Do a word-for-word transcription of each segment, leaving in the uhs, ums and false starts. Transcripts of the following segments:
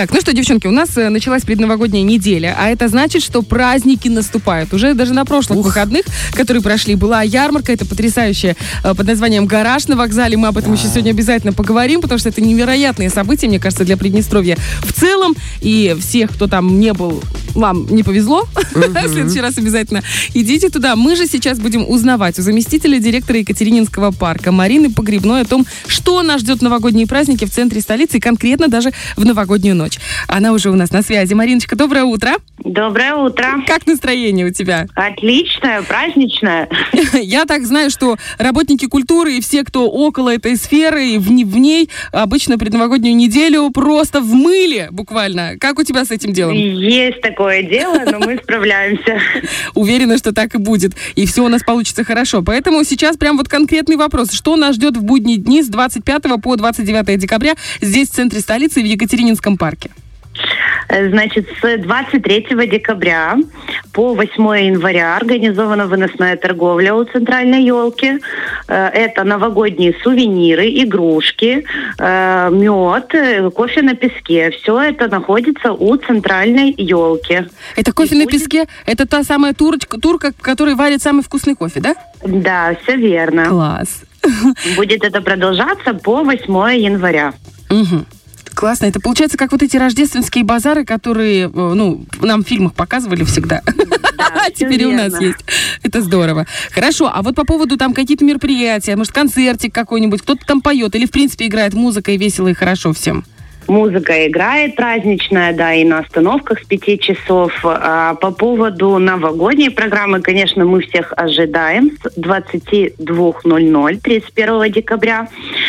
Так, ну что, девчонки, у нас началась предновогодняя неделя, а это значит, что праздники наступают. Уже даже на прошлых Ух. выходных, которые прошли, была ярмарка, это потрясающая, под названием «Гараж» на вокзале. Мы об этом еще сегодня обязательно поговорим, потому что это невероятные события, мне кажется, для Приднестровья в целом. И всех, кто там не был, вам не повезло. Uh-huh. В следующий раз обязательно идите туда. Мы же сейчас будем узнавать у заместителя директора Екатерининского парка Марины Погребной о том, что нас ждет в новогодние праздники в центре столицы и конкретно даже в новогоднюю ночь. Она уже у нас на связи. Мариночка, доброе утро. Доброе утро. Как настроение у тебя? Отличное, праздничное. Я так знаю, что работники культуры и все, кто около этой сферы и в, в ней, обычно предновогоднюю неделю просто в мыле буквально. Как у тебя с этим делом? Есть такое дело, но мы справляемся. Уверена, что так и будет. И все у нас получится хорошо. Поэтому сейчас прям вот конкретный вопрос. Что нас ждет в будние дни с двадцать пятого по двадцать девятое декабря здесь, в центре столицы, в Екатерининском парке? Значит, с двадцать третьего декабря по восьмое января организована выносная торговля у центральной елки. Это новогодние сувениры, игрушки, мед, кофе на песке. Все это находится у центральной елки. Это кофе И на будет... песке? Это та самая турочка, турка, которая варит самый вкусный кофе, да? Да, все верно. Класс. Будет это продолжаться по восьмое января. Угу. Классно. Это получается как вот эти рождественские базары, которые, ну, нам в фильмах показывали всегда. Да, теперь и у нас есть. Это здорово. Хорошо. А вот по поводу там какие-то мероприятия, может, концертик какой-нибудь, кто-то там поет или, в принципе, играет музыка и весело и хорошо всем? Музыка играет праздничная, да, и на остановках с пяти часов. А по поводу новогодней программы, конечно, мы всех ожидаем с двадцати двух ноль-ноль тридцать первого декабря.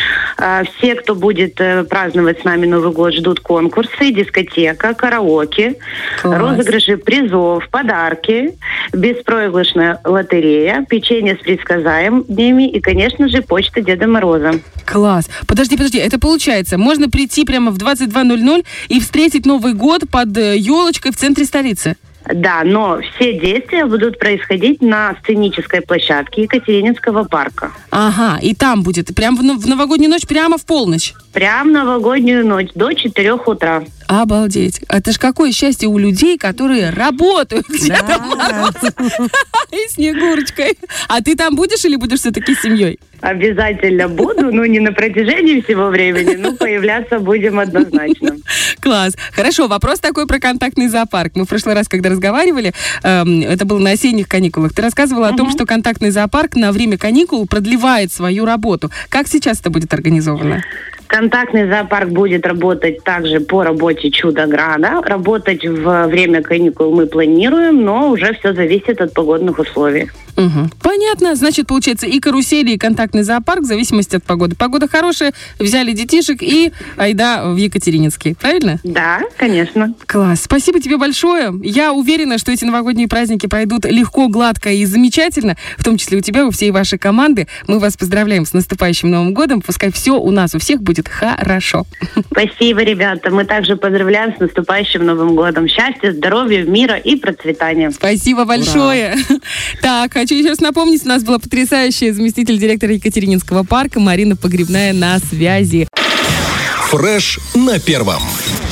А все, кто будет праздновать с нами Новый год, ждут конкурсы, дискотека, караоке, Класс. розыгрыши призов, подарки, беспроигрышная лотерея, печенье с предсказаниями и, конечно же, почта Деда Мороза. Класс. Подожди, подожди, это получается, можно прийти прямо в двадцать два ноль-ноль и встретить Новый год под елочкой в центре столицы? Да, но все действия будут происходить на сценической площадке Екатерининского парка. Ага, и там будет, прям в, в новогоднюю ночь, прямо в полночь? Прям в новогоднюю ночь, до четырех утра. Обалдеть. Это ж какое счастье у людей, которые работают с Дедом Морозом и Снегурочкой. А ты там будешь или будешь все-таки с семьей? Обязательно буду, но не на протяжении всего времени, но появляться будем однозначно. Класс. Хорошо, вопрос такой про контактный зоопарк. Мы в прошлый раз, когда разговаривали, эм, это было на осенних каникулах, ты рассказывала uh-huh. о том, что контактный зоопарк на время каникул продлевает свою работу. Как сейчас это будет организовано? Контактный зоопарк будет работать также по работе Чудо-Града. Работать в время каникул мы планируем, но уже все зависит от погодных условий. Угу. Понятно. Значит, получается, и карусели, и контактный зоопарк в зависимости от погоды. Погода хорошая, взяли детишек и айда в Екатерининский. Правильно? Да, конечно. Класс. Спасибо тебе большое. Я уверена, что эти новогодние праздники пройдут легко, гладко и замечательно, в том числе у тебя, у всей вашей команды. Мы вас поздравляем с наступающим Новым годом. Пускай все у нас, у всех будет хорошо. Спасибо, ребята. Мы также поздравляем с наступающим Новым годом. Счастья, здоровья, мира и процветания. Спасибо большое. Ура. Так, хочу еще раз напомнить, у нас была потрясающая заместитель директора Екатерининского парка Марина Погребная на связи. Фреш на первом.